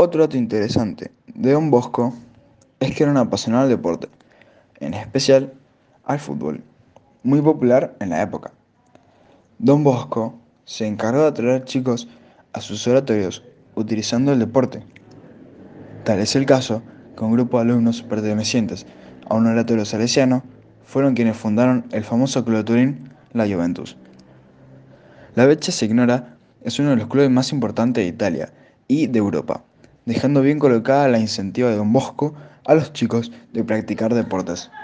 Otro dato interesante de Don Bosco es que era un apasionado al deporte, en especial al fútbol, muy popular en la época. Don Bosco se encargó de atraer chicos a sus oratorios utilizando el deporte. Tal es el caso que un grupo de alumnos pertenecientes a un oratorio salesiano fueron quienes fundaron el famoso Club Turín, la Juventus. La Beccia se ignora es uno de los clubes más importantes de Italia y de Europa, dejando bien colocada la incentiva de Don Bosco a los chicos de practicar deportes.